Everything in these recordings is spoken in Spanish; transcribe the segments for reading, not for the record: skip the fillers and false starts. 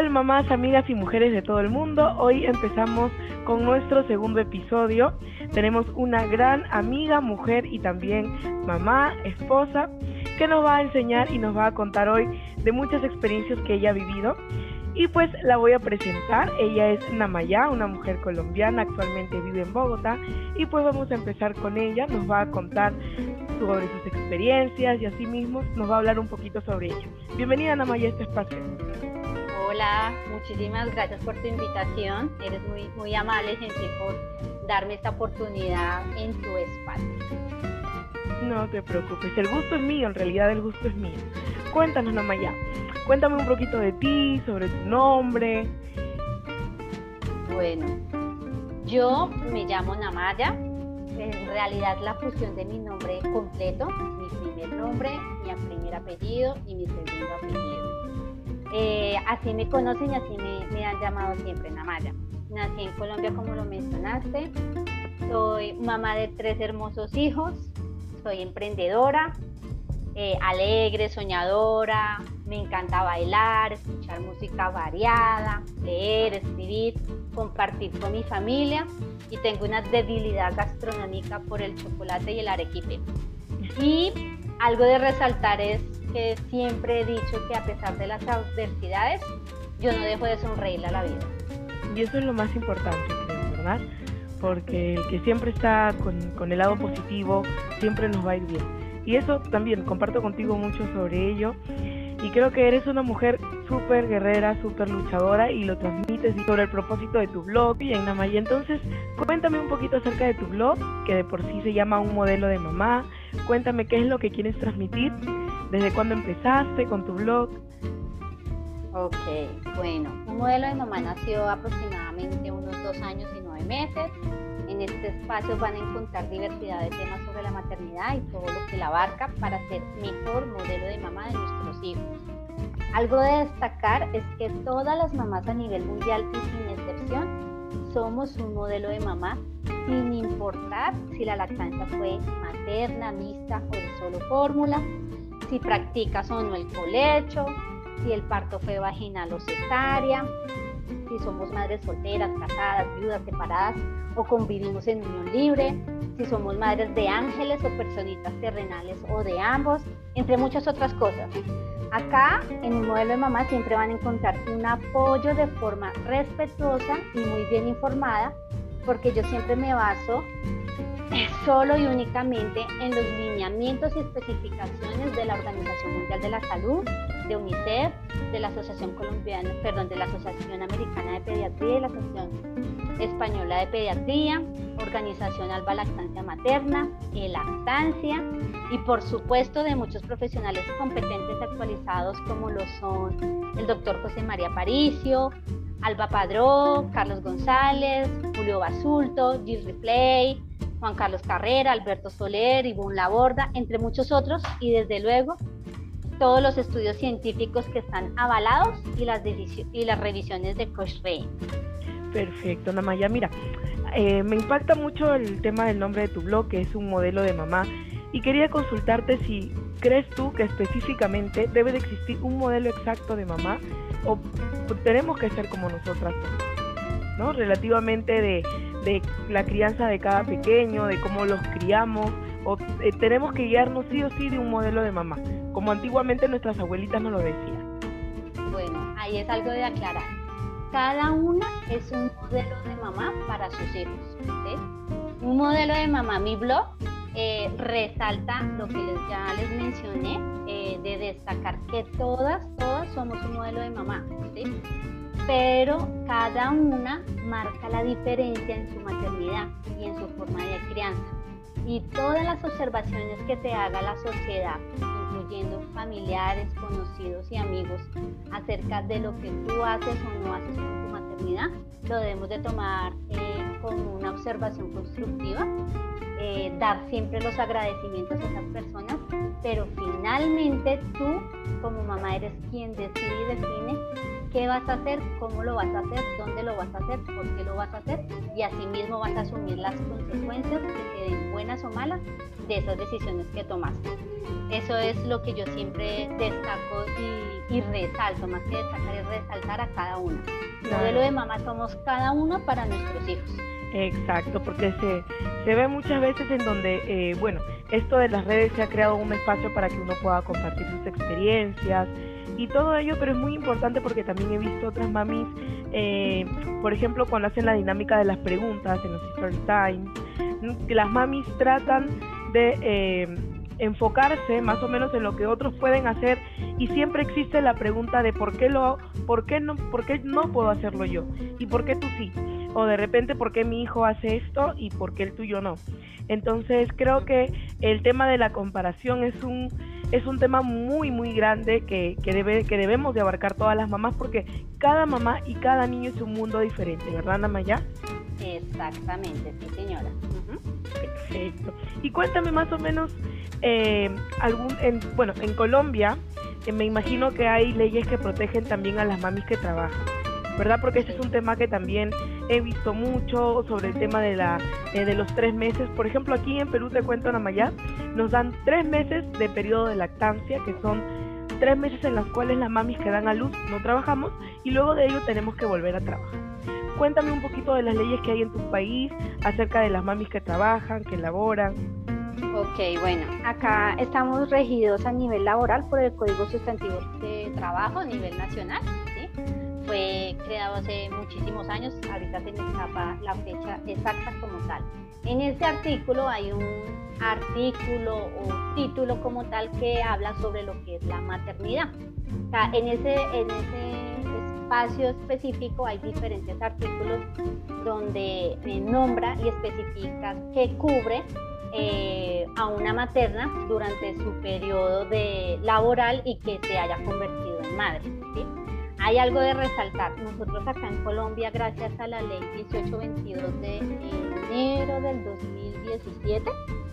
tal, mamás, amigas y mujeres de todo el mundo? Hoy empezamos con nuestro segundo episodio. Tenemos una gran amiga, mujer y también mamá, esposa, que nos va a enseñar y nos va a contar hoy de muchas experiencias que ella ha vivido. Y pues la voy a presentar. Ella es Namaya, una mujer colombiana, actualmente vive en Bogotá. Y pues vamos a empezar con ella. Nos va a contar sobre sus experiencias y así mismo nos va a hablar un poquito sobre ella. Bienvenida, Namaya, a este espacio. Hola, muchísimas gracias por tu invitación. Eres muy amable y gentil por darme esta oportunidad en tu espacio. No te preocupes, el gusto es mío, en realidad el gusto es mío. Cuéntanos, Namaya, cuéntame un poquito de ti, sobre tu nombre. Bueno, yo me llamo Namaya. En realidad la fusión de mi nombre completo, mi primer nombre, mi primer apellido y mi segundo apellido. Así me conocen y así me han llamado siempre Namaya. Nací en Colombia, como lo mencionaste. Soy mamá de 3 hermosos hijos. Soy emprendedora, alegre, soñadora. Me encanta bailar, escuchar música variada, leer, escribir, compartir con mi familia. Y tengo una debilidad gastronómica por el chocolate y el arequipe. Y algo de resaltar es que siempre he dicho que a pesar de las adversidades, yo no dejo de sonreírle a la vida. Y eso es lo más importante, creo, ¿verdad? Porque el que siempre está con el lado positivo, siempre nos va a ir bien. Y eso también, comparto contigo mucho sobre ello. Y creo que eres una mujer súper guerrera, súper luchadora y lo transmites sobre el propósito de tu blog. Bien, Namaya, entonces cuéntame un poquito acerca de tu blog, que de por sí se llama Un Modelo de Mamá. Cuéntame qué es lo que quieres transmitir, desde cuándo empezaste con tu blog. Ok, bueno, Un Modelo de Mamá nació aproximadamente unos 2 años y 9 meses. En este espacio van a encontrar diversidad de temas sobre la maternidad y todo lo que la abarca para ser mejor modelo de mamá de nuestros hijos. Algo de destacar es que todas las mamás a nivel mundial y sin excepción somos un modelo de mamá, sin importar si la lactancia fue materna, mixta o de solo fórmula, si practicas o no el colecho, si el parto fue vaginal o cesárea, si somos madres solteras, casadas, viudas, separadas o convivimos en unión libre, si somos madres de ángeles o personitas terrenales o de ambos, entre muchas otras cosas. Acá, en Un Modelo de Mamá, siempre van a encontrar un apoyo de forma respetuosa y muy bien informada, porque yo siempre me baso solo y únicamente en los lineamientos y especificaciones de la Organización Mundial de la Salud, de UNICEF, de la Asociación de la Asociación Americana de Pediatría y la Asociación Española de Pediatría, Organización Alba Lactancia Materna, Lactancia y por supuesto de muchos profesionales competentes actualizados como lo son el doctor José María Paricio, Alba Padró, Carlos González, Julio Basulto, Gil Ripley, Juan Carlos Carrera, Alberto Soler, Ivonne Laborda, entre muchos otros, y desde luego todos los estudios científicos que están avalados y las revisiones de Cochrane. Perfecto, Namaya. Mira, me impacta mucho el tema del nombre de tu blog, que es Un Modelo de Mamá, y quería consultarte si crees tú que específicamente debe de existir un modelo exacto de mamá o tenemos que ser como nosotras, ¿no? Relativamente de la crianza de cada pequeño, de cómo los criamos, o tenemos que guiarnos sí o sí de un modelo de mamá, como antiguamente nuestras abuelitas nos lo decían. Bueno, ahí es algo de aclarar. Cada una es un modelo de mamá para sus hijos, ¿sí? Un modelo de mamá, mi blog, resalta lo que ya les mencioné, de destacar que todas somos un modelo de mamá, ¿sí? Pero cada una marca la diferencia en su maternidad y en su forma de crianza. Y todas las observaciones que te haga la sociedad, incluyendo familiares, conocidos y amigos, acerca de lo que tú haces o no haces con tu maternidad, lo debemos de tomar como una observación constructiva, dar siempre los agradecimientos a esas personas, pero finalmente tú como mamá eres quien decide y define qué vas a hacer, cómo lo vas a hacer, dónde lo vas a hacer, por qué lo vas a hacer, y asimismo vas a asumir las consecuencias, que te den buenas o malas, de esas decisiones que tomaste. Eso es lo que yo siempre destaco y resalto, más que destacar es resaltar a cada uno. El modelo de mamá somos cada uno para nuestros hijos. Exacto, porque se ve muchas veces en donde, esto de las redes se ha creado un espacio para que uno pueda compartir sus experiencias y todo ello, pero es muy importante porque también he visto otras mamis, por ejemplo, cuando hacen la dinámica de las preguntas en los story times, que las mamis tratan de enfocarse más o menos en lo que otros pueden hacer y siempre existe la pregunta de por qué no puedo hacerlo yo y por qué tú sí, o de repente por qué mi hijo hace esto y por qué el tuyo no. Entonces creo que el tema de la comparación es un tema muy muy grande que debemos de abarcar todas las mamás, porque cada mamá y cada niño es un mundo diferente, ¿verdad, Ana Maya? Exactamente, sí, señora. Perfecto. Y cuéntame más o menos, en Colombia, me imagino que hay leyes que protegen también a las mamis que trabajan, ¿verdad? Porque ese es un tema que también he visto mucho sobre el tema de los 3 meses. Por ejemplo, aquí en Perú, te cuento, Ana Maya, nos dan 3 meses de periodo de lactancia, que son 3 meses en los cuales las mamis que dan a luz no trabajamos y luego de ello tenemos que volver a trabajar. Cuéntame un poquito de las leyes que hay en tu país acerca de las mamis que trabajan, que laboran. Ok, bueno, acá estamos regidos a nivel laboral por el Código Sustantivo de Trabajo a nivel nacional, ¿sí? Fue creado hace muchísimos años, ahorita se me escapa la fecha exacta como tal. En ese artículo hay un artículo o título como tal que habla sobre lo que es la maternidad. O sea, en ese espacio específico hay diferentes artículos donde nombra y especifica qué cubre a una materna durante su periodo laboral y que se haya convertido en madre, ¿sí? Hay algo de resaltar. Nosotros acá en Colombia, gracias a la ley 1822 de enero del 2017,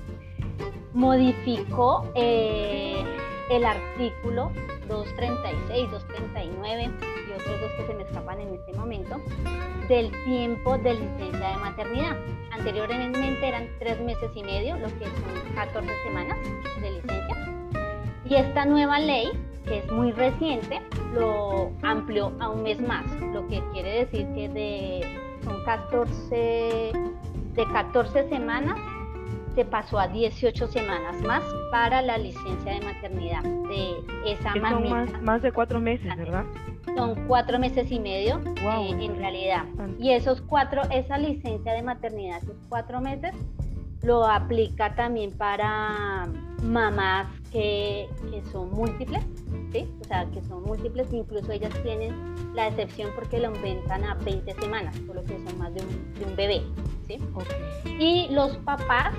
modificó el artículo 236, 239 y otros dos que se me escapan en este momento, del tiempo de licencia de maternidad. Anteriormente eran 3 meses y medio, lo que son 14 semanas de licencia. Y esta nueva ley, que es muy reciente, lo amplió a 1 mes más, lo que quiere decir que de 14 semanas se pasó a 18 semanas más para la licencia de maternidad de esa mamita. Son más de 4 meses, ¿verdad? Son 4 meses y medio, en realidad. Y esa licencia de maternidad, esos 4 meses, lo aplica también para mamás que son múltiples, ¿sí? O sea, que son múltiples, incluso ellas tienen la excepción porque lo aumentan a 20 semanas, por lo que son más de un bebé, ¿sí? Okay. Y los papás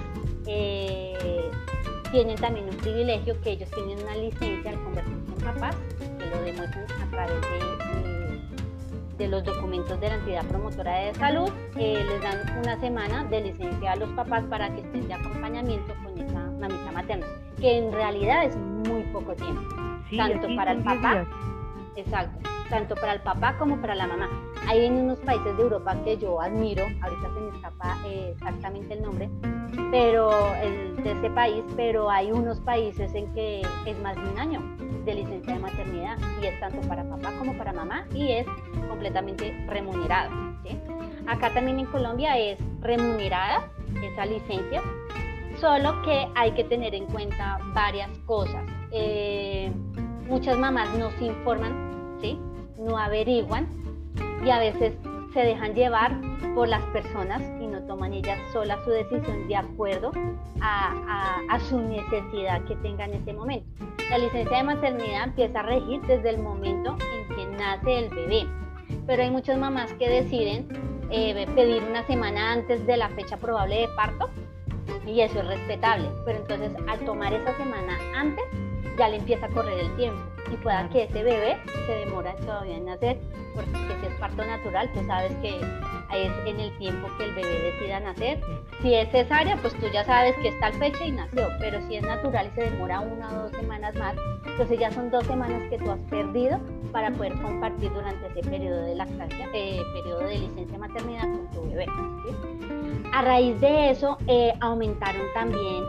tienen también un privilegio, que ellos tienen una licencia al convertirse en papás, que lo demuestran a través de los documentos de la entidad promotora de salud. Les dan 1 semana de licencia a los papás para que estén de acompañamiento con esa mamita materna, que en realidad es muy poco tiempo, sí, tanto para el papá, exacto, tanto para el papá como para la mamá. Hay en unos países de Europa que yo admiro, ahorita se me escapa exactamente el nombre, pero de ese país, pero hay unos países en que es más de 1 año de licencia de maternidad y es tanto para papá como para mamá y es completamente remunerado, ¿sí? Acá también en Colombia es remunerada esa licencia, solo que hay que tener en cuenta varias cosas. Muchas mamás no se informan, ¿sí? No averiguan y a veces se dejan llevar por las personas y no toman ellas solas su decisión de acuerdo a su necesidad que tenga en ese momento. La licencia de maternidad empieza a regir desde el momento en que nace el bebé, pero hay muchas mamás que deciden pedir 1 semana antes de la fecha probable de parto y eso es respetable, pero entonces al tomar esa semana antes ya le empieza a correr el tiempo y pueda Claro. que ese bebé se demora todavía en nacer, porque si es parto natural, tú sabes que es en el tiempo que el bebé decida nacer. Si es cesárea, pues tú ya sabes que está al fecha y nació, pero si es natural y se demora 1 o 2 semanas más, entonces ya son 2 semanas que tú has perdido para poder compartir durante ese periodo de lactancia, periodo de licencia maternidad con tu bebé, ¿sí? A raíz de eso, aumentaron también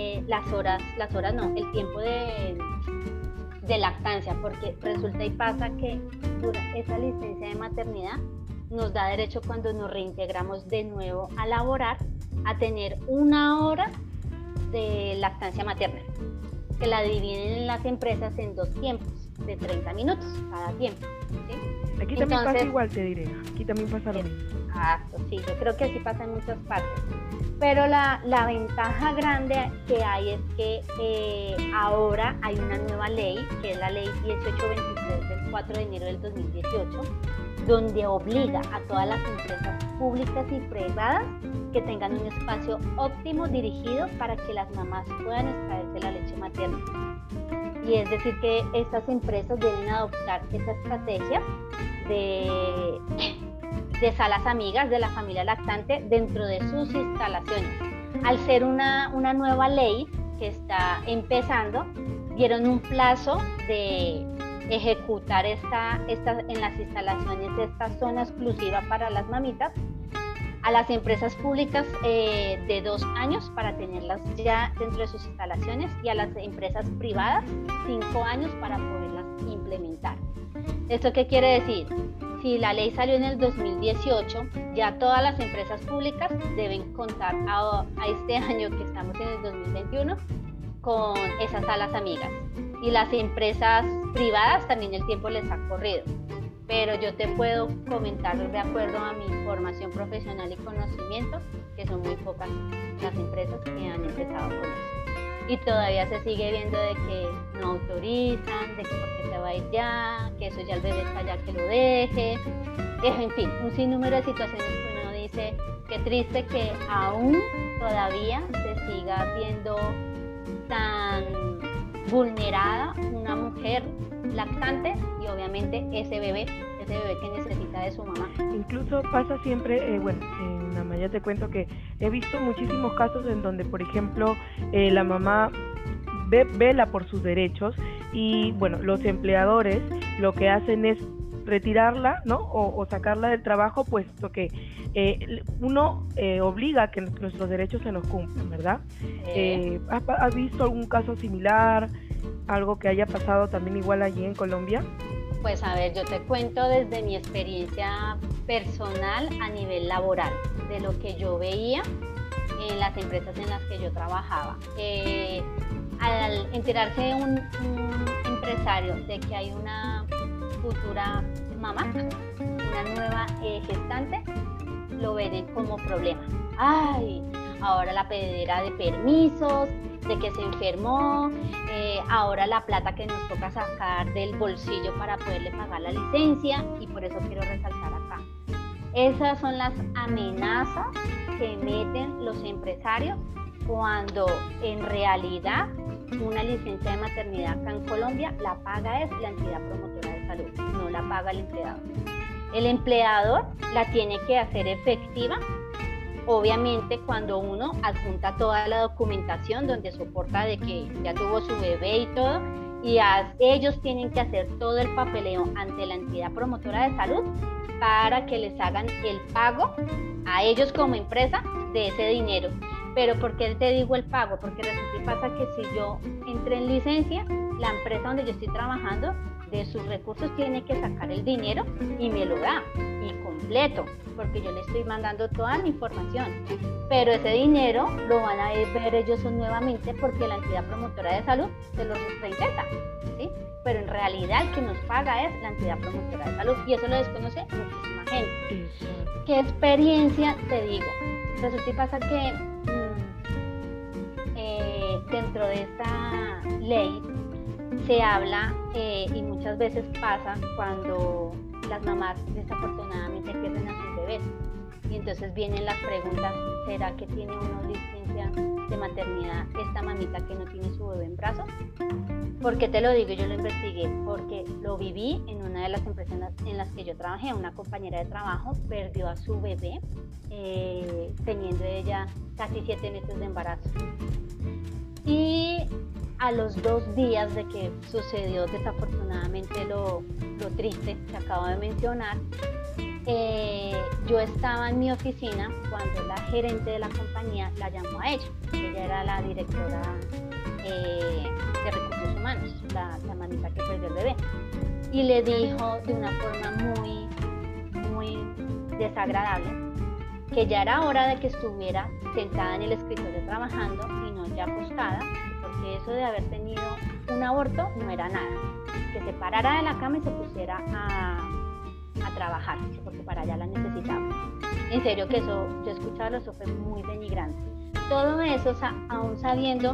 el tiempo de lactancia, porque resulta y pasa que esa licencia de maternidad nos da derecho, cuando nos reintegramos de nuevo a laborar, a tener 1 hora de lactancia materna, que la dividen en las empresas en 2 tiempos de 30 minutos cada tiempo, ¿sí? Aquí también pasa igual, te diré. Aquí también pasa lo mismo. Exacto, sí, yo creo que así pasa en muchas partes. Pero la ventaja grande que hay es que ahora hay una nueva ley, que es la ley 1823 del 4 de enero del 2018, donde obliga a todas las empresas públicas y privadas que tengan un espacio óptimo dirigido para que las mamás puedan extraerse la leche materna. Y es decir, que estas empresas deben adoptar esa estrategia de salas amigas de la familia lactante dentro de sus instalaciones. Al ser una nueva ley que está empezando, dieron un plazo de ejecutar en las instalaciones esta zona exclusiva para las mamitas a las empresas públicas de 2 años para tenerlas ya dentro de sus instalaciones, y a las empresas privadas 5 años para poderlas implementar. ¿Esto qué quiere decir? Si la ley salió en el 2018, ya todas las empresas públicas deben contar a este año que estamos en el 2021 con esas salas amigas, y las empresas privadas también el tiempo les ha corrido. Pero yo te puedo comentar, de acuerdo a mi formación profesional y conocimientos, que son muy pocas las empresas que han empezado con eso. Y todavía se sigue viendo de que no autorizan, de que porque se va a ir ya, que eso ya el bebé está ya que lo deje. En fin, un sinnúmero de situaciones que uno dice, qué triste que aún todavía se siga viendo tan vulnerada una mujer lactante, y obviamente ese bebé que necesita de su mamá. Incluso pasa siempre, en Amaya te cuento que he visto muchísimos casos en donde, por ejemplo, la mamá vela por sus derechos, y bueno, los empleadores lo que hacen es retirarla, ¿no? O sacarla del trabajo, puesto que uno obliga a que nuestros derechos se nos cumplan, ¿verdad? ¿Has visto algún caso similar? ¿Algo que haya pasado también igual allí en Colombia? Pues a ver, yo te cuento desde mi experiencia personal a nivel laboral, de lo que yo veía en las empresas en las que yo trabajaba. Al enterarse un empresario de que hay una futura mamá, una nueva gestante, lo ven como problema. Ay, ahora la pedidera de permisos, de que se enfermó, ahora la plata que nos toca sacar del bolsillo para poderle pagar la licencia, y por eso quiero resaltar acá. Esas son las amenazas que meten los empresarios, cuando en realidad una licencia de maternidad acá en Colombia la paga es la entidad promotora de salud, no la paga el empleador. El empleador la tiene que hacer efectiva, obviamente, cuando uno adjunta toda la documentación donde soporta de que ya tuvo su bebé y todo, y ellos tienen que hacer todo el papeleo ante la entidad promotora de salud para que les hagan el pago a ellos como empresa de ese dinero. Pero ¿por qué te digo el pago? Porque resulta y pasa que si yo entré en licencia, la empresa donde yo estoy trabajando, de sus recursos tiene que sacar el dinero y me lo da, y completo, porque yo le estoy mandando toda mi información. Pero ese dinero lo van a ver ellos nuevamente, porque la entidad promotora de salud se los reintegra, ¿sí? Pero en realidad el que nos paga es la entidad promotora de salud, y eso lo desconoce muchísima gente. ¿Qué experiencia te digo? Resulta y pasa que dentro de esta ley se habla, y muchas veces pasa cuando las mamás desafortunadamente pierden a sus bebés, y entonces vienen las preguntas: ¿será que tiene una licencia de maternidad esta mamita que no tiene su bebé en brazos? ¿Por qué te lo digo? Yo lo investigué porque lo viví en una de las empresas en las que yo trabajé. Una compañera de trabajo perdió a su bebé teniendo ella casi 7 meses de embarazo. Y a los 2 días de que sucedió desafortunadamente lo triste que acabo de mencionar, yo estaba en mi oficina cuando la gerente de la compañía la llamó a ella. Ella era la directora de recursos humanos, la mamita que perdió el bebé, y le dijo de una forma muy desagradable que ya era hora de que estuviera sentada en el escritorio trabajando y no ya acostada, porque eso de haber tenido un aborto no era nada, que se parara de la cama y se pusiera a trabajar, porque para allá la necesitaba. En serio que eso, yo escuchaba, eso fue muy denigrante. Todo eso aún sabiendo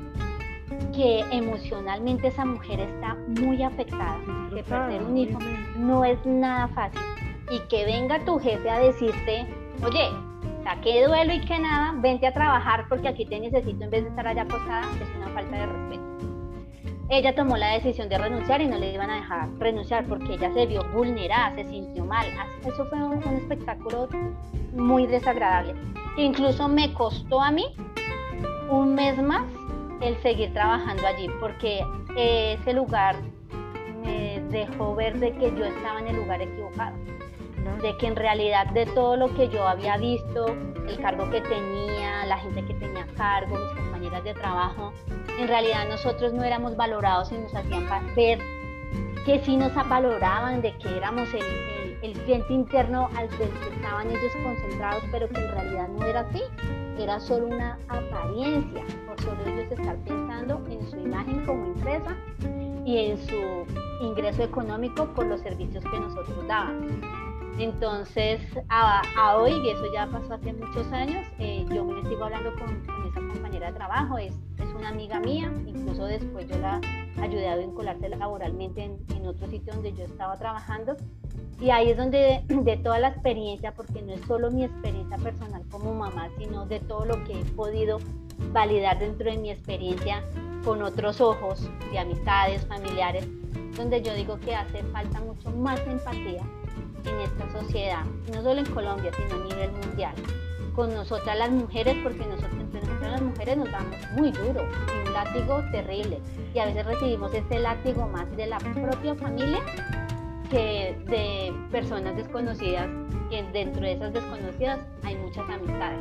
que emocionalmente esa mujer está muy afectada, que perder un hijo no es nada fácil, y que venga tu jefe a decirte, oye, qué duelo y que nada, vente a trabajar porque aquí te necesito en vez de estar allá acostada, es una falta de respeto. Ella tomó la decisión de renunciar y no le iban a dejar renunciar porque ella se vio vulnerada, se sintió mal. Eso fue un espectáculo muy desagradable. Incluso me costó a mí un mes más el seguir trabajando allí, porque ese lugar me dejó ver de que yo estaba en el lugar equivocado, de que en realidad de todo lo que yo había visto, el cargo que tenía, la gente que tenía a cargo, mis compañeras de trabajo, en realidad nosotros no éramos valorados y nos hacían ver que sí nos valoraban, de que éramos el cliente interno al que estaban ellos concentrados, pero que en realidad no era así, era solo una apariencia, por solo ellos estar pensando en su imagen como empresa y en su ingreso económico por los servicios que nosotros dábamos. Entonces, a hoy, y eso ya pasó hace muchos años, yo me sigo hablando con esa compañera de trabajo, es una amiga mía, incluso después yo la ayudé a vincularse laboralmente en otro sitio donde yo estaba trabajando, y ahí es donde de toda la experiencia, porque no es solo mi experiencia personal como mamá, sino de todo lo que he podido validar dentro de mi experiencia con otros ojos de amistades, familiares, donde yo digo que hace falta mucho más empatía en esta sociedad, no solo en Colombia, sino a nivel mundial, con nosotras las mujeres, porque entre nosotras las mujeres nos damos muy duro, y un látigo terrible, y a veces recibimos ese látigo más de la propia familia que de personas desconocidas, y dentro de esas desconocidas hay muchas amistades,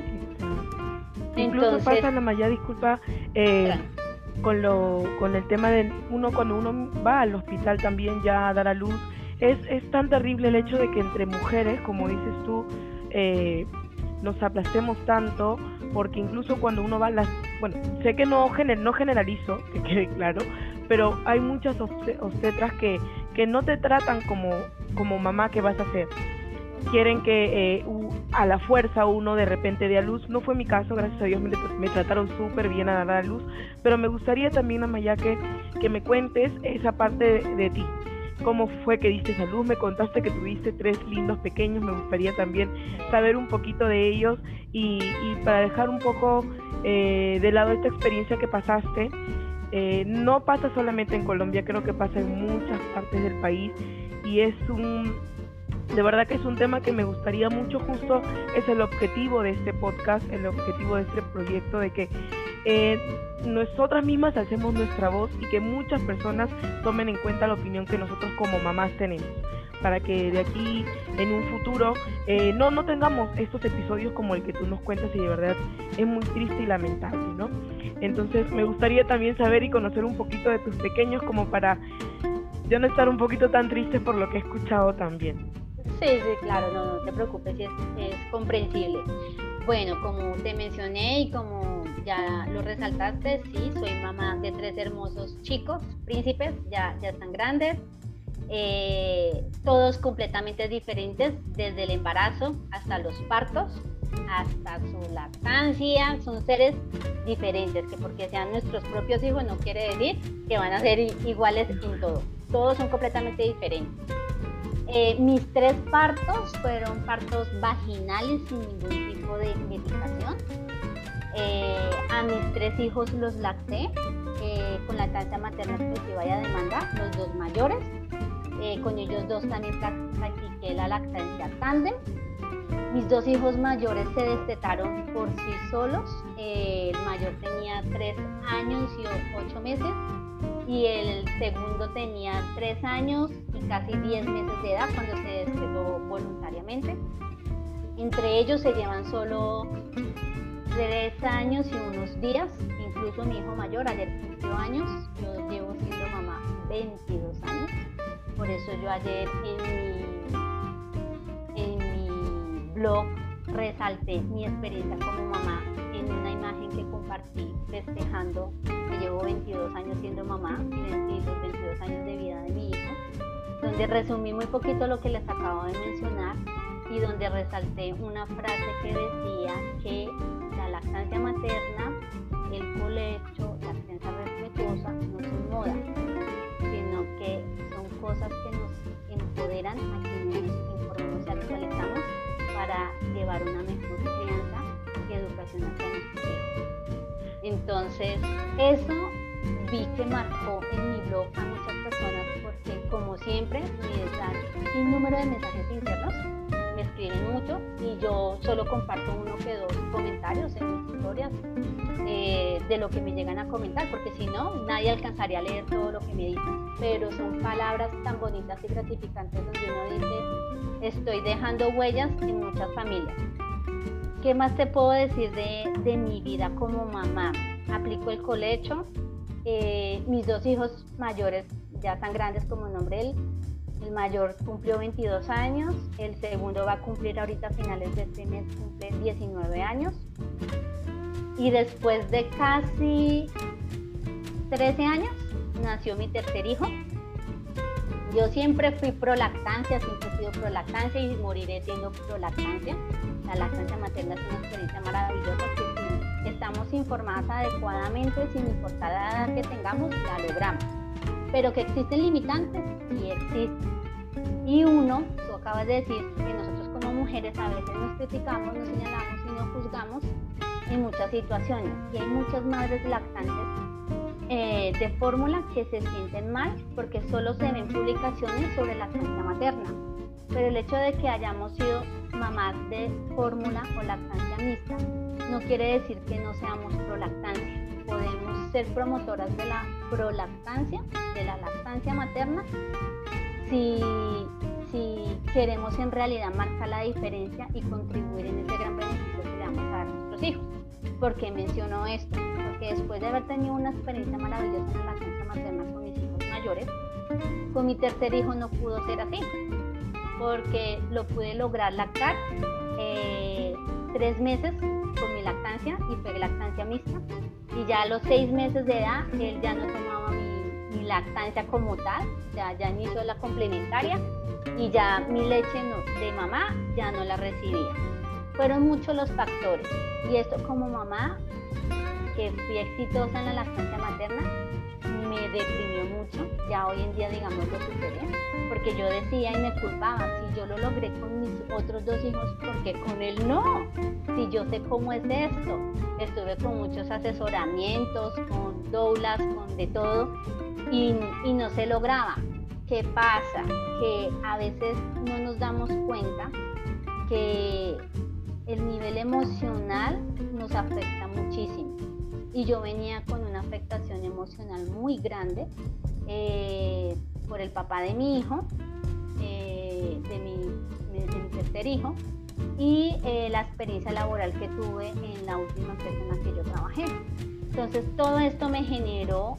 ¿sí? Incluso pasa, Ana Maya, disculpa, con el tema de cuando uno va al hospital también ya a dar a luz, es tan terrible el hecho de que entre mujeres, como dices tú, nos aplastemos tanto, porque incluso cuando uno va sé que no generalizo, que quede claro, pero hay muchas obstetras que no te tratan como mamá que vas a hacer. Quieren que a la fuerza uno de repente dé a luz. No fue mi caso, gracias a Dios me trataron súper bien a dar a luz, pero me gustaría también, Amaya, que me cuentes esa parte de ti. ¿Cómo fue que diste a luz? Me contaste que tuviste 3 lindos pequeños, me gustaría también saber un poquito de ellos y para dejar un poco de lado esta experiencia que pasaste. No pasa solamente en Colombia, creo que pasa en muchas partes del país, y de verdad que es un tema que me gustaría mucho, justo es el objetivo de este podcast, el objetivo de este proyecto, de que nosotras mismas hacemos nuestra voz y que muchas personas tomen en cuenta la opinión que nosotros como mamás tenemos, para que de aquí en un futuro no tengamos estos episodios como el que tú nos cuentas, y de verdad es muy triste y lamentable, ¿no? Entonces me gustaría también saber y conocer un poquito de tus pequeños, como para ya no estar un poquito tan triste por lo que he escuchado también. Sí, claro, no te preocupes, es comprensible. Bueno, como te mencioné y como ya lo resaltaste, sí, soy mamá de 3 hermosos chicos, príncipes, ya están grandes, todos completamente diferentes, desde el embarazo hasta los partos, hasta su lactancia. Son seres diferentes, que porque sean nuestros propios hijos no quiere decir que van a ser iguales en todo, todos son completamente diferentes. Mis 3 partos fueron partos vaginales sin ningún tipo de medicación. A mis 3 hijos los lacté con lactancia materna exclusiva y a demanda, los 2 mayores. Con ellos 2 también practiqué la lactancia tándem. Mis 2 hijos mayores se destetaron por sí solos. El mayor tenía 3 años y 8 meses y el segundo tenía 3 años y casi 10 meses de edad cuando se destetó voluntariamente. Entre ellos se llevan solo 3 años y unos días. Incluso mi hijo mayor ayer cumplió años. Yo llevo siendo mamá 22 años. Por eso yo ayer en mi blog resalté mi experiencia como mamá en una imagen que compartí festejando que llevo 22 años siendo mamá y los 22 años de vida de mi hijo, donde resumí muy poquito lo que les acabo de mencionar y donde resalté una frase que decía que la lactancia materna, el colecho, la crianza respetuosa no son modas, sino que son cosas que nos empoderan a quienes nos informamos y actualizamos para llevar una mejor crianza y educación hacia nuestros hijos. Entonces, eso vi que marcó en mi blog a muchas personas porque, como siempre, me dan un número de mensajes sinceros, me escriben mucho y yo solo comparto 1 que 2 comentarios en mis historias de lo que me llegan a comentar, porque si no, nadie alcanzaría a leer todo lo que me dicen, pero son palabras tan bonitas y gratificantes donde uno dice, estoy dejando huellas en muchas familias. ¿Qué más te puedo decir de mi vida como mamá? Aplico el colecho, mis 2 hijos mayores ya tan grandes como nombre él. El mayor cumplió 22 años, el segundo va a cumplir ahorita a finales de este mes, cumple 19 años. Y después de casi 13 años, nació mi tercer hijo. Yo siempre fui pro lactancia, siempre he sido pro lactancia y moriré siendo pro lactancia. La lactancia materna es una experiencia maravillosa que si estamos informadas adecuadamente, sin importar la edad que tengamos, la logramos. Pero que existen limitantes, sí existen. Y tú acabas de decir que nosotros como mujeres a veces nos criticamos, nos señalamos y nos juzgamos en muchas situaciones. Y hay muchas madres lactantes de fórmula que se sienten mal porque solo se ven publicaciones sobre lactancia materna. Pero el hecho de que hayamos sido mamás de fórmula o lactancia mixta no quiere decir que no seamos pro lactancia. Podemos ser promotoras de la prolactancia, de la lactancia materna, si queremos en realidad marcar la diferencia y contribuir en ese gran beneficio que le vamos a dar a nuestros hijos. ¿Por qué menciono esto? Porque después de haber tenido una experiencia maravillosa en la lactancia materna con mis hijos mayores, con mi tercer hijo no pudo ser así, porque lo pude lograr lactar 3 meses con mi lactancia y fue lactancia mixta. Y ya a los 6 meses de edad, él ya no tomaba mi lactancia como tal, ya inició la complementaria y ya mi leche de mamá ya no la recibía. Fueron muchos los factores y esto como mamá, que fui exitosa en la lactancia materna, me deprimió mucho. Ya hoy en día, digamos, lo superé, porque yo decía y me culpaba, si yo lo logré con mis otros 2 hijos, ¿por qué con él no? Si yo sé cómo es esto. Estuve con muchos asesoramientos, con doulas, con de todo, y no se lograba. ¿Qué pasa? Que a veces no nos damos cuenta que el nivel emocional nos afecta muchísimo. Y yo venía con una afectación emocional muy grande por el papá de mi hijo, de mi tercer hijo, y la experiencia laboral que tuve en la última empresa en la que yo trabajé. Entonces todo esto me generó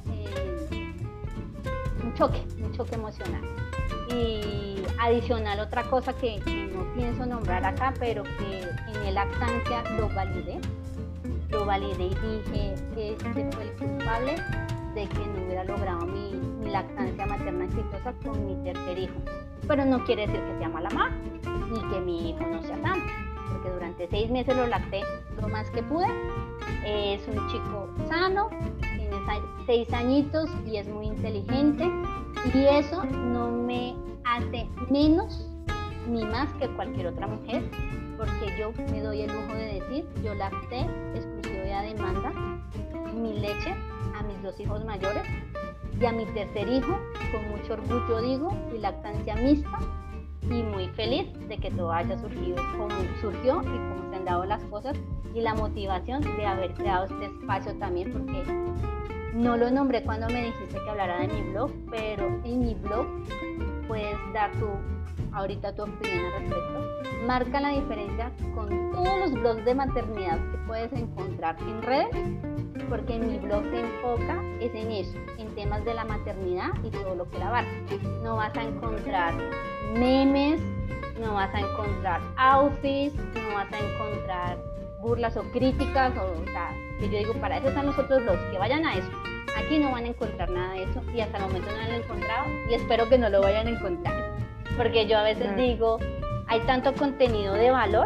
un choque emocional. Y adicional, otra cosa que no pienso nombrar acá, pero que en el lactancia lo validé y dije que este fue el culpable de que no hubiera logrado mi lactancia materna exitosa con mi tercer hijo. Pero no quiere decir que sea mala mamá, ni que mi hijo no sea sano, porque durante 6 meses lo lacté lo más que pude. Es un chico sano, tiene 6 añitos y es muy inteligente, y eso no me hace menos ni más que cualquier otra mujer, porque yo me doy el lujo de decir, yo lacté exclusivo y a la demanda mi leche a mis 2 hijos mayores, y a mi tercer hijo, con mucho orgullo digo, y lactancia mixta, y muy feliz de que todo haya surgido como surgió y cómo se han dado las cosas, y la motivación de haber creado este espacio también, porque no lo nombré cuando me dijiste que hablara de mi blog, pero en mi blog puedes dar ahorita tu opinión al respecto. Marca la diferencia con todos los blogs de maternidad que puedes encontrar en redes, porque mi blog se enfoca es en eso, en temas de la maternidad y todo lo que la abarca. No vas a encontrar memes, no vas a encontrar outfits, no vas a encontrar burlas o críticas, o sea, que yo digo, para eso están los otros blogs, que vayan a eso. Aquí no van a encontrar nada de eso, y hasta el momento no lo han encontrado, y espero que no lo vayan a encontrar, porque yo a veces digo, hay tanto contenido de valor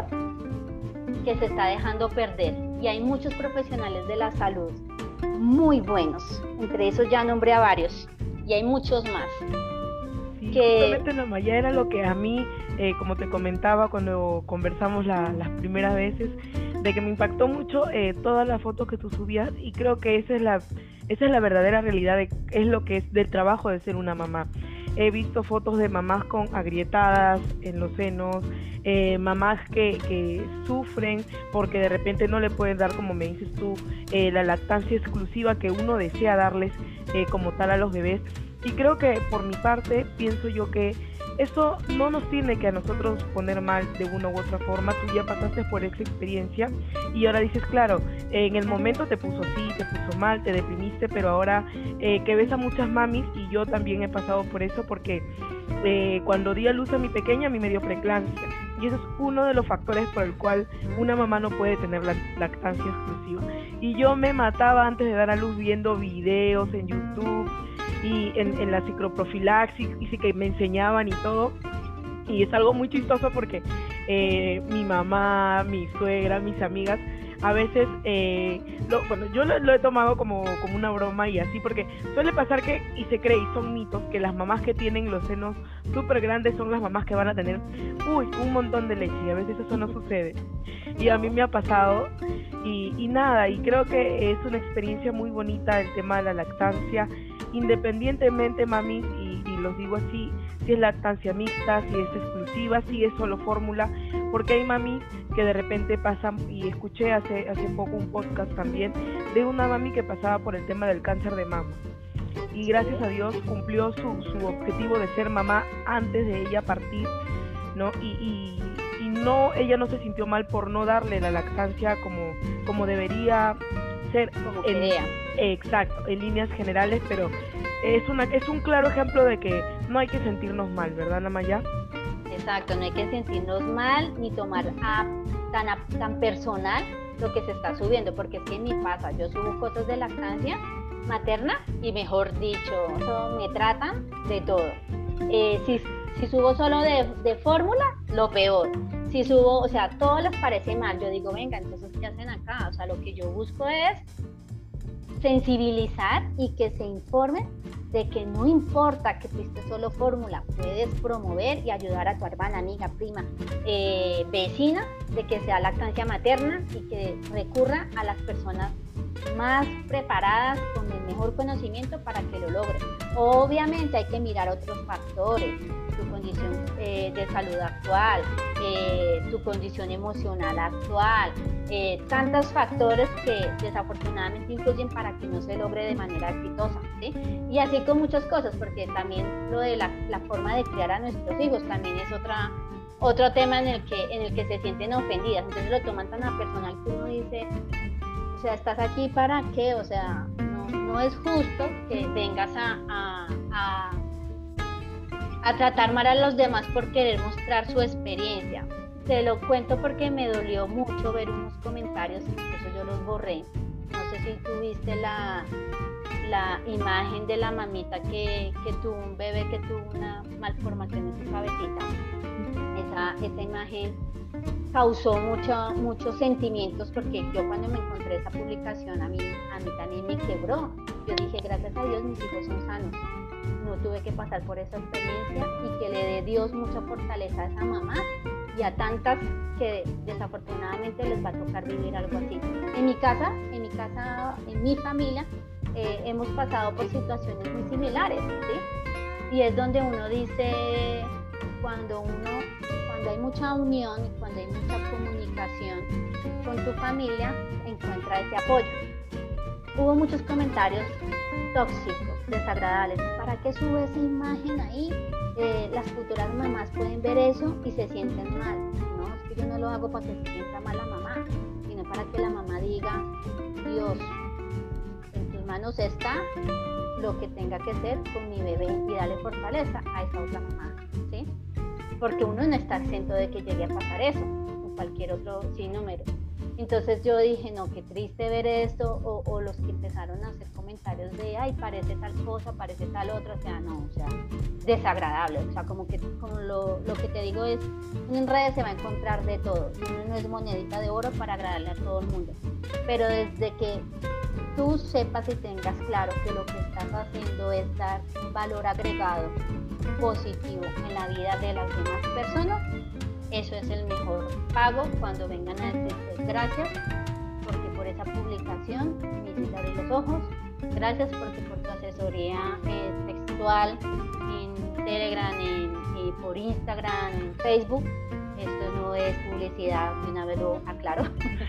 que se está dejando perder, y hay muchos profesionales de la salud muy buenos, entre esos ya nombré a varios, y hay muchos más. Sí, justamente la Maya era lo que a mí, como te comentaba cuando conversamos las primeras veces, de que me impactó mucho todas las fotos que tú subías, y creo que esa es la verdadera realidad, es lo que es del trabajo de ser una mamá. He visto fotos de mamás con agrietadas en los senos, mamás que sufren porque de repente no le pueden dar, como me dices tú, la lactancia exclusiva que uno desea darles como tal a los bebés. Y creo que por mi parte pienso yo que eso no nos tiene que a nosotros poner mal de una u otra forma. Tú ya pasaste por esa experiencia y ahora dices, claro, en el momento te puso así, te puso mal, te deprimiste, pero ahora que ves a muchas mamis, y yo también he pasado por eso, porque cuando di a luz a mi pequeña, a mí me dio preeclampsia, y eso es uno de los factores por el cual una mamá no puede tener la lactancia exclusiva. Y yo me mataba antes de dar a luz viendo videos en YouTube y en la psicoprofilaxis, y sí que me enseñaban y todo, y es algo muy chistoso porque mi mamá, mi suegra, mis amigas, a veces, yo lo he tomado como una broma y así, porque suele pasar que, y se cree, y son mitos, que las mamás que tienen los senos súper grandes son las mamás que van a tener, un montón de leche, y a veces eso no sucede, y a mí me ha pasado, y nada, y creo que es una experiencia muy bonita el tema de la lactancia, independientemente, mami, y los digo así, si es lactancia mixta, si es exclusiva, si es solo fórmula, porque hay mami que de repente pasan, y escuché hace poco un podcast también de una mami que pasaba por el tema del cáncer de mama, y gracias a Dios cumplió su objetivo de ser mamá antes de ella partir, ¿no? Y no, ella no se sintió mal por no darle la lactancia como debería ser, como quería. Exacto, en líneas generales, pero es un claro ejemplo de que no hay que sentirnos mal, ¿verdad, Ana Maya? Exacto, no hay que sentirnos mal ni tomar tan personal lo que se está subiendo, porque es que me pasa, yo subo cosas de lactancia materna y mejor dicho, eso me tratan de todo. Si subo solo de fórmula, lo peor. Si subo, o sea, todo les parece mal. Yo digo, venga, entonces, ¿qué hacen acá? O sea, lo que yo busco es sensibilizar y que se informen de que no importa que fuiste solo fórmula, puedes promover y ayudar a tu hermana, amiga, prima, vecina, de que sea lactancia materna y que recurra a las personas más preparadas, con el mejor conocimiento para que lo logren. Obviamente hay que mirar otros factores, tu condición de salud actual, tu condición emocional actual, tantos factores que desafortunadamente influyen para que no se logre de manera exitosa, ¿sí? Y así con muchas cosas, porque también lo de la forma de criar a nuestros hijos también es otro tema en el que se sienten ofendidas, entonces lo toman tan a personal que uno dice, o sea, ¿estás aquí para qué? O sea, no es justo que vengas a tratar mal a los demás por querer mostrar su experiencia. Te lo cuento porque me dolió mucho ver unos comentarios, incluso yo los borré. No sé si tú viste la imagen de la mamita que tuvo un bebé que tuvo una malformación en su cabecita. Esa imagen causó muchos sentimientos, porque yo cuando me encontré esa publicación a mí también me quebró. Yo dije, gracias a Dios mis hijos son sanos, no tuve que pasar por esa experiencia, y que le dé Dios mucha fortaleza a esa mamá a tantas que desafortunadamente les va a tocar vivir algo así. En mi familia, hemos pasado por situaciones muy similares, ¿sí? Y es donde uno dice, cuando hay mucha unión y cuando hay mucha comunicación con tu familia, encuentra ese apoyo. Hubo muchos comentarios tóxicos, desagradables. ¿Para qué sube esa imagen ahí? Las futuras mamás pueden ver eso y se sienten mal. No, es que yo no lo hago para que se sienta mal la mamá, sino para que la mamá diga, Dios, en tus manos está lo que tenga que ser con mi bebé y darle fortaleza a esa otra mamá, ¿sí? Porque uno no está exento de que llegue a pasar eso, o cualquier otro sinnúmero. Entonces yo dije, no, qué triste ver esto, o los que empezaron a hacer comentarios de, ay, parece tal cosa, parece tal otra, o sea, no, o sea, desagradable, o sea, como lo que te digo es, en redes se va a encontrar de todo, y uno no es monedita de oro para agradarle a todo el mundo, pero desde que tú sepas y tengas claro que lo que estás haciendo es dar valor agregado positivo en la vida de las demás personas, eso es el mejor pago cuando vengan a decirte gracias porque por esa publicación me hiciste abrir los ojos, gracias porque por tu asesoría textual en Telegram, por Instagram, en Facebook, esto no es publicidad, de una vez lo aclaro.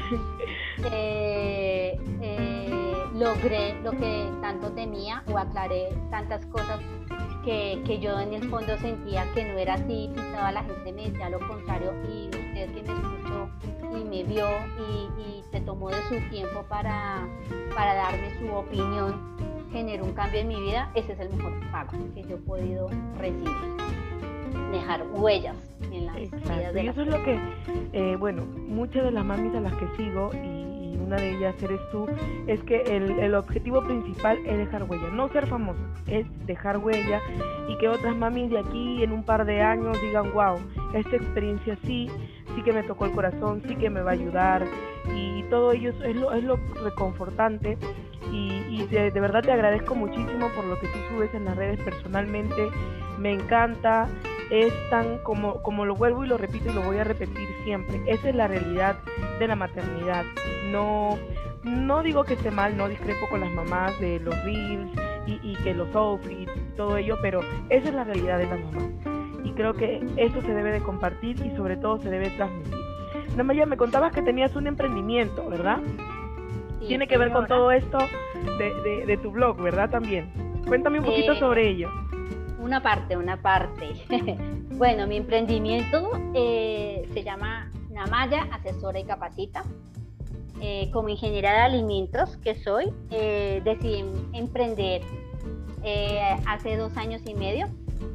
Logré lo que tanto temía o aclaré tantas cosas que yo en el fondo sentía que no era así y toda la gente me decía lo contrario, y usted que me escuchó y me vio y se tomó de su tiempo para darme su opinión, generó un cambio en mi vida, ese es el mejor pago que yo he podido recibir, dejar huellas en las vidas de y eso es lo que, bueno, muchas de las mamis a las que sigo y una de ellas eres tú, es que el objetivo principal es dejar huella, no ser famoso, es dejar huella y que otras mamis de aquí en un par de años digan, wow, esta experiencia sí que me tocó el corazón, sí que me va a ayudar, y todo ello es lo reconfortante. Y de verdad te agradezco muchísimo por lo que tú subes en las redes. Personalmente me encanta, es tan como lo vuelvo y lo repito y lo voy a repetir siempre, esa es la realidad de la maternidad. No digo que esté mal, no discrepo con las mamás de los reels y que los outfits y todo ello, pero esa es la realidad de las mamás y creo que eso se debe de compartir y sobre todo se debe transmitir. Namaya, me contabas que tenías un emprendimiento, ¿verdad? Sí, tiene que ver con todo esto de tu blog, ¿verdad? También. Cuéntame un poquito sobre ello. Una parte. Bueno, mi emprendimiento se llama Namaya Asesora y Capacita. Como ingeniera de alimentos que soy, decidí emprender hace 2 años y medio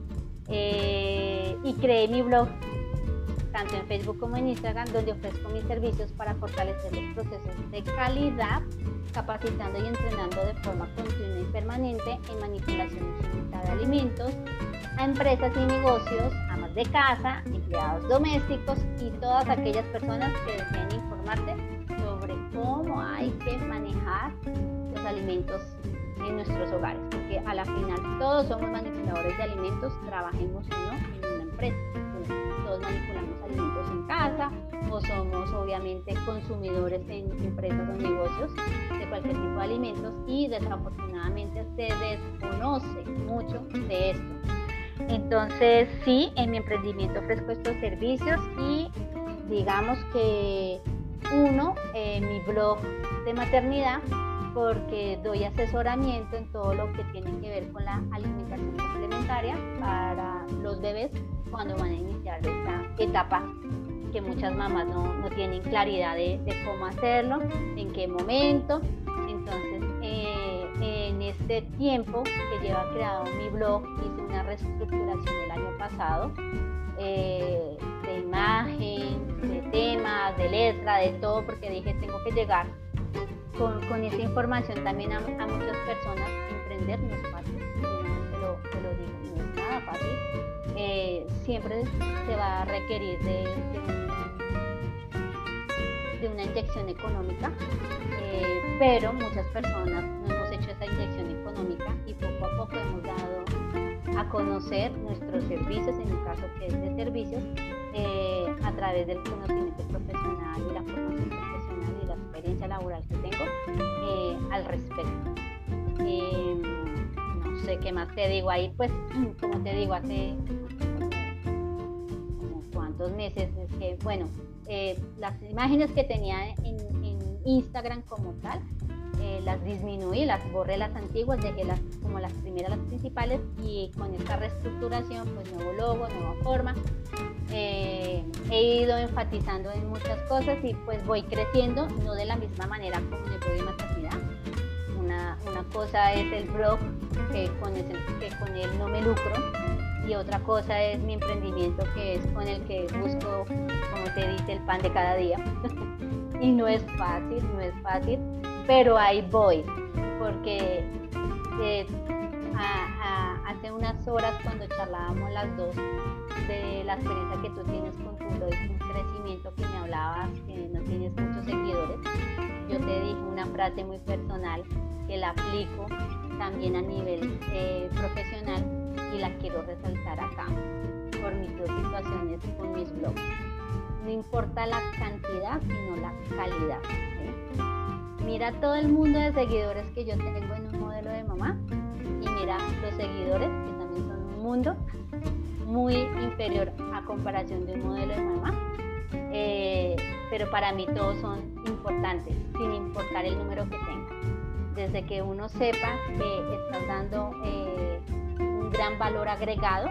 y creé mi blog tanto en Facebook como en Instagram, donde ofrezco mis servicios para fortalecer los procesos de calidad, capacitando y entrenando de forma continua y permanente en manipulación ilimitada de alimentos a empresas y negocios, amas de casa, empleados domésticos y todas aquellas personas que deseen informarse sobre cómo hay que manejar los alimentos en nuestros hogares, porque a la final todos somos manipuladores de alimentos, trabajemos o no en una empresa. Todos manipulamos alimentos en casa o somos obviamente consumidores en empresas o negocios de cualquier tipo de alimentos y desafortunadamente se desconoce mucho de esto. Entonces sí, en mi emprendimiento ofrezco estos servicios y digamos que mi blog de maternidad, porque doy asesoramiento en todo lo que tiene que ver con la alimentación complementaria para los bebés cuando van a iniciar esta etapa que muchas mamás no tienen claridad de cómo hacerlo, en qué momento. Entonces, en este tiempo que lleva creado mi blog, hice una reestructuración el año pasado de imagen, de temas, de letra, de todo, porque dije tengo que llegar con esa información también a muchas personas. Emprender no es fácil, te lo digo, no es nada fácil. Siempre se va a requerir de una inyección económica, pero muchas personas no hemos hecho esa inyección económica y poco a poco hemos dado a conocer nuestros servicios, en mi caso que es de servicios, a través través del conocimiento profesional y la formación profesional y la experiencia laboral que tengo al respecto. No sé qué más te digo ahí, pues como te digo, hace como cuántos meses, es que bueno, las imágenes que tenía en Instagram como tal, las disminuí, las borré las antiguas, dejé como las primeras, las principales, y con esta reestructuración, pues nuevo logo, nueva forma, he ido enfatizando en muchas cosas y pues voy creciendo, no de la misma manera como en el blog de maternidad. Una cosa es el blog, que con él no me lucro, y otra cosa es mi emprendimiento, que es con el que busco, como te dice, el pan de cada día. Y no es fácil, pero ahí voy, porque hace unas horas, cuando charlábamos las dos de la experiencia que tú tienes con tu blog, un crecimiento, que me hablabas que no tienes muchos seguidores, yo te dije una frase muy personal que la aplico también a nivel profesional, y la quiero resaltar acá por mis dos situaciones con mis blogs. No importa la cantidad, sino la calidad, ¿sí? Mira todo el mundo de seguidores que yo tengo en un modelo de mamá, y mira los seguidores, que también son un mundo muy inferior a comparación de un modelo de mamá, pero para mí todos son importantes, sin importar el número que tenga. Desde que uno sepa que estás dando un gran valor agregado,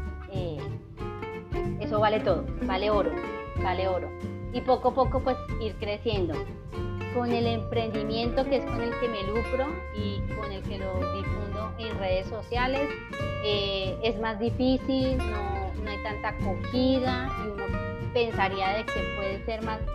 eso vale todo, vale oro. Y poco a poco pues ir creciendo. Con el emprendimiento, que es con el que me lucro y con el que lo difundo en redes sociales, es más difícil, no hay tanta acogida, y uno pensaría de que puede ser más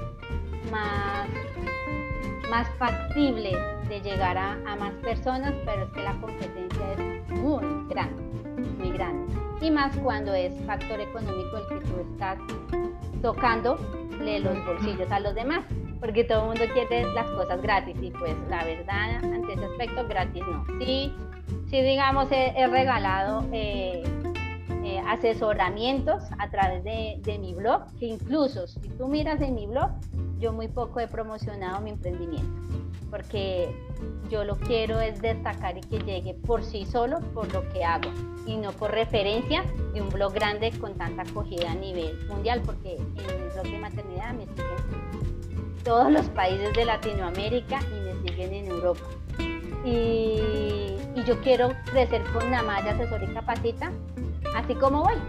factible de llegar a más personas, pero es que la competencia es muy grande, y más cuando es factor económico el que tú estás tocándole los bolsillos a los demás, porque todo el mundo quiere las cosas gratis, y pues la verdad, ante ese aspecto, gratis no. Sí, digamos, he regalado asesoramientos a través de mi blog, que incluso si tú miras en mi blog, yo muy poco he promocionado mi emprendimiento, porque yo lo quiero es destacar y que llegue por sí solo, por lo que hago, y no por referencia de un blog grande con tanta acogida a nivel mundial, porque en el blog de maternidad me siguen todos los países de Latinoamérica y me siguen en Europa. Y yo quiero crecer con Namaya Asesora y Capacita, así como voy,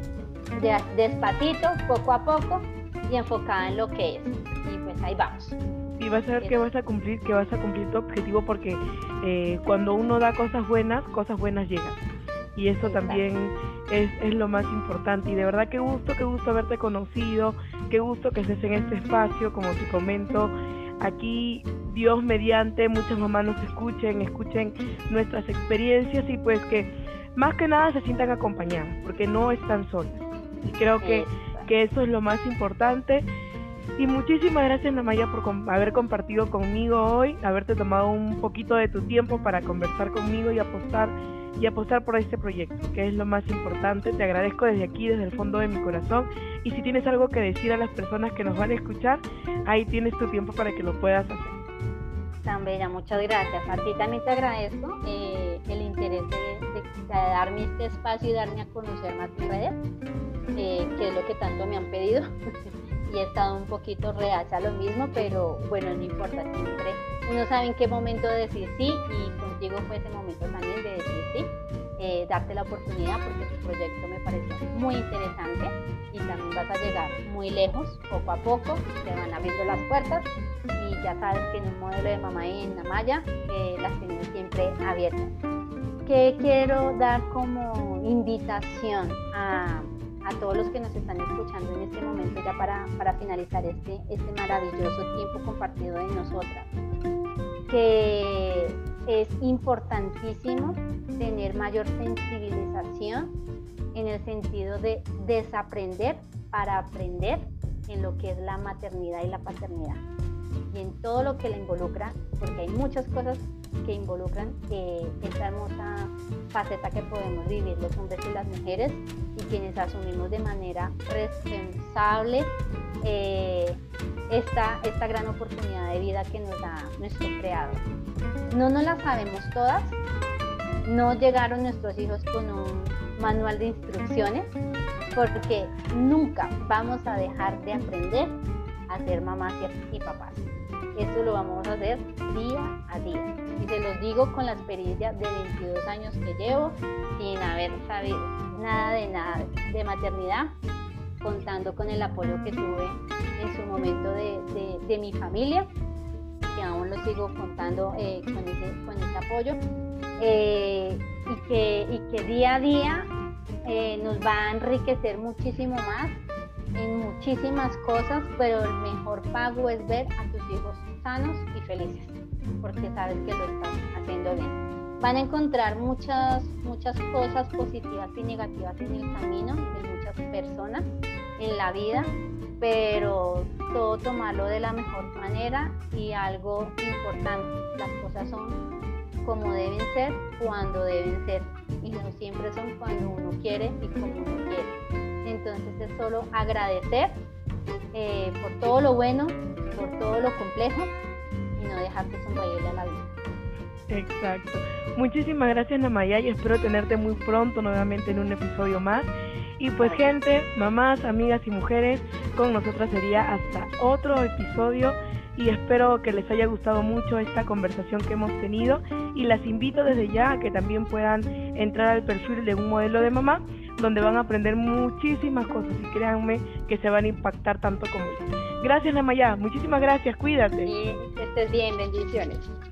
despacito, poco a poco, y enfocada en lo que es. Y pues ahí vamos. Y vas a ver que vas a cumplir tu objetivo, porque cuando uno da cosas buenas llegan. Y eso también es lo más importante. Y de verdad qué gusto haberte conocido, qué gusto que estés en este espacio, como te comento. Aquí, Dios mediante, muchas mamás nos escuchen nuestras experiencias, y pues que más que nada se sientan acompañadas, porque no están solas. Y creo que eso es lo más importante. Y muchísimas gracias, Namaya, por haber compartido conmigo hoy, haberte tomado un poquito de tu tiempo para conversar conmigo y apostar por este proyecto, que es lo más importante. Te agradezco desde aquí, desde el fondo de mi corazón. Y si tienes algo que decir a las personas que nos van a escuchar, ahí tienes tu tiempo para que lo puedas hacer. Tan bella, muchas gracias. A ti también te agradezco el interés de darme este espacio y darme a conocer más tus redes, que es lo que tanto me han pedido. Y he estado un poquito reacia a lo mismo, pero bueno, no importa, siempre uno sabe en qué momento decir sí, y contigo fue ese momento también de decir sí, darte la oportunidad, porque tu proyecto me pareció muy interesante y también vas a llegar muy lejos, poco a poco, te van abriendo las puertas, y ya sabes que en un modelo de mamá y en Namaya las tienes siempre abiertas. ¿Qué quiero dar como invitación a todos los que nos están escuchando en este momento, ya para finalizar este maravilloso tiempo compartido de nosotras? Que es importantísimo tener mayor sensibilización en el sentido de desaprender para aprender en lo que es la maternidad y la paternidad, y en todo lo que la involucra, porque hay muchas cosas que involucran esta hermosa faceta que podemos vivir los hombres y las mujeres, y quienes asumimos de manera responsable esta gran oportunidad de vida que nos da nuestro Creador. No nos la sabemos todas, no llegaron nuestros hijos con un manual de instrucciones, porque nunca vamos a dejar de aprender a ser mamás y papás. Esto lo vamos a hacer día a día. Y se los digo con la experiencia de 22 años que llevo, sin haber sabido nada de maternidad, contando con el apoyo que tuve en su momento de mi familia, que aún lo sigo contando con ese apoyo, y que día a día nos va a enriquecer muchísimo más en muchísimas cosas, pero el mejor pago es ver a tus hijos sanos y felices, porque sabes que lo estás haciendo bien. Van a encontrar muchas cosas positivas y negativas en el camino de muchas personas en la vida, pero todo tomarlo de la mejor manera. Y algo importante, las cosas son como deben ser, cuando deben ser, y no siempre son cuando uno quiere y como uno quiere. Entonces es solo agradecer por todo lo bueno, por todo lo complejo, y no dejar de sonreírle a la vida. Exacto. Muchísimas gracias, Namaya, y espero tenerte muy pronto nuevamente en un episodio más. Y pues gente, mamás, amigas y mujeres, con nosotras sería hasta otro episodio, y espero que les haya gustado mucho esta conversación que hemos tenido, y las invito desde ya a que también puedan entrar al perfil de Un Modelo de Mamá, donde van a aprender muchísimas cosas, y créanme que se van a impactar tanto como yo. Gracias, Namaya, muchísimas gracias, cuídate. Y que estés bien, bendiciones.